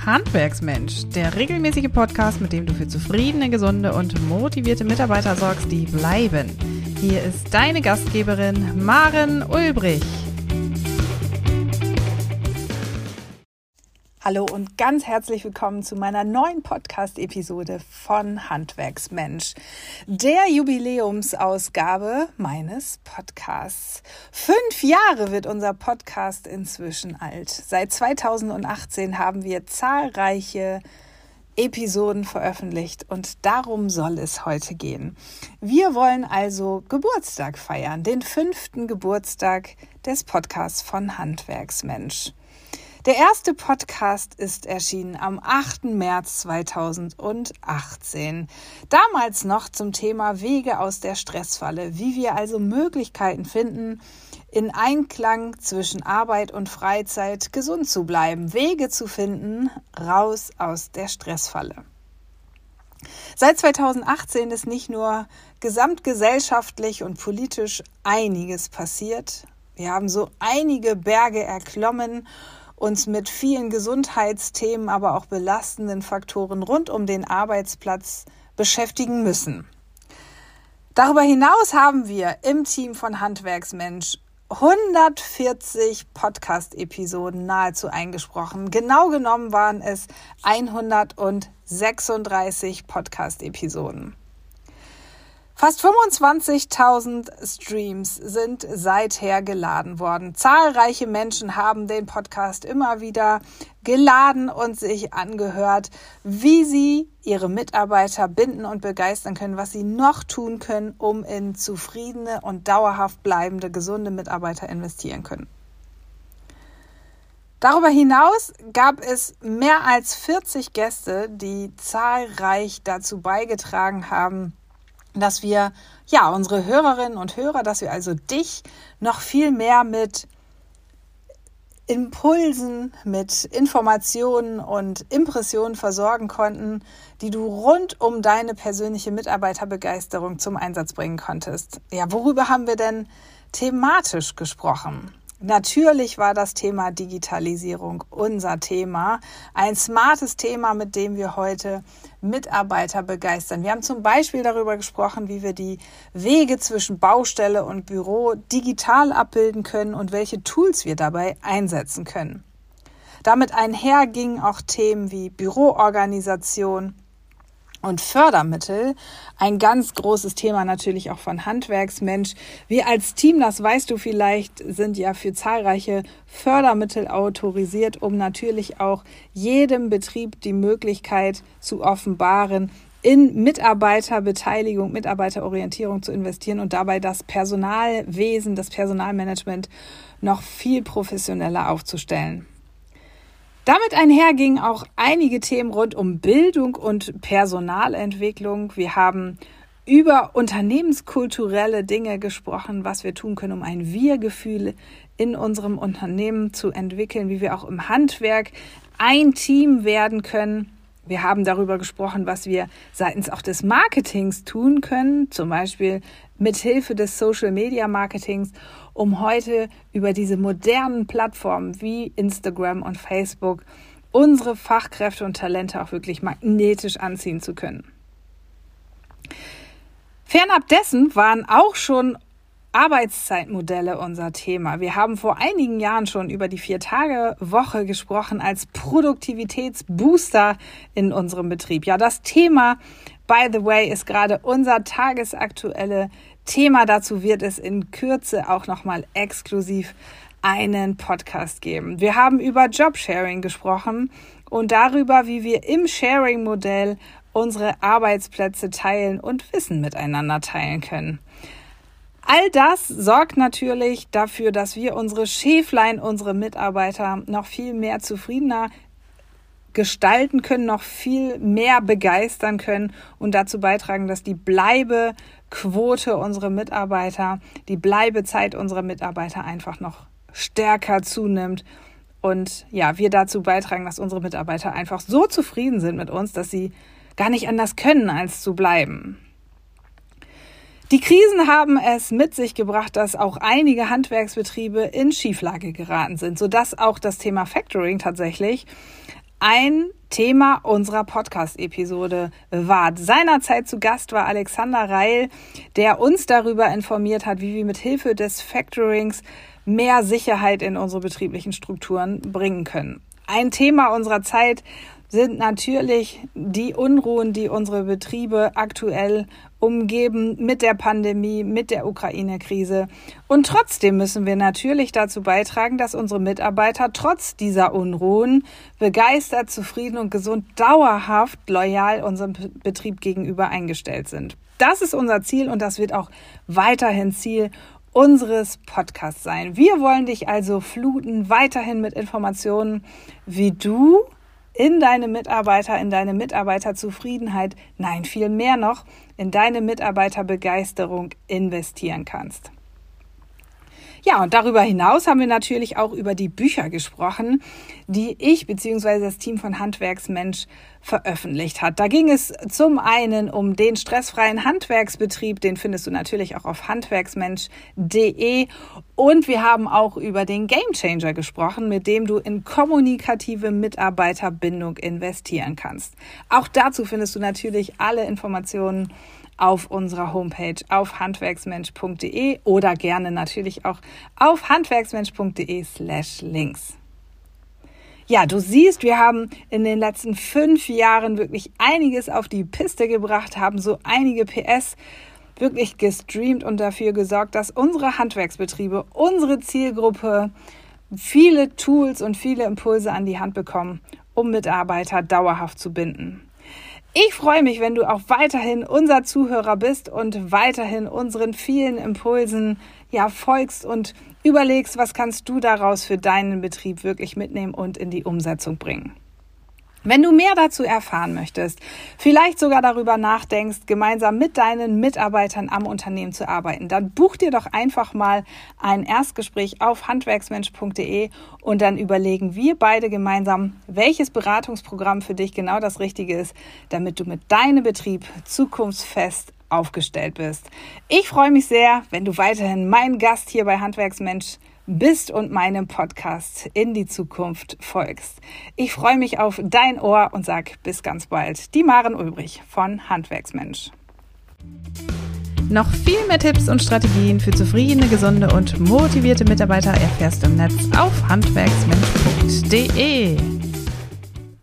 Handwerksmensch, der regelmäßige Podcast, mit dem du für zufriedene, gesunde und motivierte Mitarbeiter sorgst, die bleiben. Hier ist deine Gastgeberin Maren Ulbrich. Hallo und ganz herzlich willkommen zu meiner neuen Podcast-Episode von Handwerksmensch, der Jubiläumsausgabe meines Podcasts. 5 Jahre wird unser Podcast inzwischen alt. Seit 2018 haben wir zahlreiche Episoden veröffentlicht und darum soll es heute gehen. Wir wollen also Geburtstag feiern, den 5. Geburtstag des Podcasts von Handwerksmensch. Der erste Podcast ist erschienen am 8. März 2018. Damals noch zum Thema Wege aus der Stressfalle, wie wir also Möglichkeiten finden, in Einklang zwischen Arbeit und Freizeit gesund zu bleiben, Wege zu finden, raus aus der Stressfalle. Seit 2018 ist nicht nur gesamtgesellschaftlich und politisch einiges passiert. Wir haben so einige Berge erklommen, uns mit vielen Gesundheitsthemen, aber auch belastenden Faktoren rund um den Arbeitsplatz beschäftigen müssen. Darüber hinaus haben wir im Team von Handwerksmensch 140 Podcast-Episoden nahezu eingesprochen. Genau genommen waren es 136 Podcast-Episoden. Fast 25.000 Streams sind seither geladen worden. Zahlreiche Menschen haben den Podcast immer wieder geladen und sich angehört, wie sie ihre Mitarbeiter binden und begeistern können, was sie noch tun können, um in zufriedene und dauerhaft bleibende, gesunde Mitarbeiter investieren können. Darüber hinaus gab es mehr als 40 Gäste, die zahlreich dazu beigetragen haben, dass wir, unsere Hörerinnen und Hörer, dass wir also dich noch viel mehr mit Impulsen, mit Informationen und Impressionen versorgen konnten, die du rund um deine persönliche Mitarbeiterbegeisterung zum Einsatz bringen konntest. Ja, worüber haben wir denn thematisch gesprochen? Natürlich war das Thema Digitalisierung unser Thema, ein smartes Thema, mit dem wir heute Mitarbeiter begeistern. Wir haben zum Beispiel darüber gesprochen, wie wir die Wege zwischen Baustelle und Büro digital abbilden können und welche Tools wir dabei einsetzen können. Damit einher gingen auch Themen wie Büroorganisation und Fördermittel, ein ganz großes Thema natürlich auch von Handwerksmensch. Wir als Team, das weißt du vielleicht, sind ja für zahlreiche Fördermittel autorisiert, um natürlich auch jedem Betrieb die Möglichkeit zu offenbaren, in Mitarbeiterbeteiligung, Mitarbeiterorientierung zu investieren und dabei das Personalwesen, das Personalmanagement noch viel professioneller aufzustellen. Damit einher gingen auch einige Themen rund um Bildung und Personalentwicklung. Wir haben über unternehmenskulturelle Dinge gesprochen, was wir tun können, um ein Wir-Gefühl in unserem Unternehmen zu entwickeln, wie wir auch im Handwerk ein Team werden können. Wir haben darüber gesprochen, was wir seitens auch des Marketings tun können, zum Beispiel mit Hilfe des Social-Media-Marketings, um heute über diese modernen Plattformen wie Instagram und Facebook unsere Fachkräfte und Talente auch wirklich magnetisch anziehen zu können. Fernab dessen waren auch schon Arbeitszeitmodelle unser Thema. Wir haben vor einigen Jahren schon über die 4-Tage-Woche gesprochen als Produktivitätsbooster in unserem Betrieb. Ja, das Thema, by the way, ist gerade unser tagesaktuelle Thema. Dazu wird es in Kürze auch nochmal exklusiv einen Podcast geben. Wir haben über Jobsharing gesprochen und darüber, wie wir im Sharing-Modell unsere Arbeitsplätze teilen und Wissen miteinander teilen können. All das sorgt natürlich dafür, dass wir unsere Schäflein, unsere Mitarbeiter noch viel mehr zufriedener gestalten können, noch viel mehr begeistern können und dazu beitragen, dass die Bleibequote unserer Mitarbeiter, die Bleibezeit unserer Mitarbeiter einfach noch stärker zunimmt und wir dazu beitragen, dass unsere Mitarbeiter einfach so zufrieden sind mit uns, dass sie gar nicht anders können, als zu bleiben. Die Krisen haben es mit sich gebracht, dass auch einige Handwerksbetriebe in Schieflage geraten sind, sodass auch das Thema Factoring tatsächlich ein Thema unserer Podcast-Episode war. Seinerzeit zu Gast war Alexander Reil, der uns darüber informiert hat, wie wir mit Hilfe des Factorings mehr Sicherheit in unsere betrieblichen Strukturen bringen können. Ein Thema unserer Zeit sind natürlich die Unruhen, die unsere Betriebe aktuell umgeben mit der Pandemie, mit der Ukraine-Krise. Und trotzdem müssen wir natürlich dazu beitragen, dass unsere Mitarbeiter trotz dieser Unruhen begeistert, zufrieden und gesund dauerhaft loyal unserem Betrieb gegenüber eingestellt sind. Das ist unser Ziel und das wird auch weiterhin Ziel unseres Podcasts sein. Wir wollen dich also fluten, weiterhin mit Informationen, wie du in deine Mitarbeiter, in deine Mitarbeiterzufriedenheit, nein, viel mehr noch, in deine Mitarbeiterbegeisterung investieren kannst. Ja, und darüber hinaus haben wir natürlich auch über die Bücher gesprochen, die ich bzw. das Team von Handwerksmensch veröffentlicht hat. Da ging es zum einen um den stressfreien Handwerksbetrieb, den findest du natürlich auch auf handwerksmensch.de, und wir haben auch über den Gamechanger gesprochen, mit dem du in kommunikative Mitarbeiterbindung investieren kannst. Auch dazu findest du natürlich alle Informationen auf unserer Homepage auf handwerksmensch.de oder gerne natürlich auch auf handwerksmensch.de/links. Ja, du siehst, wir haben in den letzten 5 Jahren wirklich einiges auf die Piste gebracht, haben so einige PS wirklich gestreamt und dafür gesorgt, dass unsere Handwerksbetriebe, unsere Zielgruppe viele Tools und viele Impulse an die Hand bekommen, um Mitarbeiter dauerhaft zu binden. Ich freue mich, wenn du auch weiterhin unser Zuhörer bist und weiterhin unseren vielen Impulsen folgst und überlegst, was kannst du daraus für deinen Betrieb wirklich mitnehmen und in die Umsetzung bringen. Wenn du mehr dazu erfahren möchtest, vielleicht sogar darüber nachdenkst, gemeinsam mit deinen Mitarbeitern am Unternehmen zu arbeiten, dann buch dir doch einfach mal ein Erstgespräch auf handwerksmensch.de und dann überlegen wir beide gemeinsam, welches Beratungsprogramm für dich genau das Richtige ist, damit du mit deinem Betrieb zukunftsfest aufgestellt bist. Ich freue mich sehr, wenn du weiterhin mein Gast hier bei Handwerksmensch bist und meinem Podcast in die Zukunft folgst. Ich freue mich auf dein Ohr und sag bis ganz bald. Die Maren Ulbrich von Handwerksmensch. Noch viel mehr Tipps und Strategien für zufriedene, gesunde und motivierte Mitarbeiter erfährst du im Netz auf handwerksmensch.de.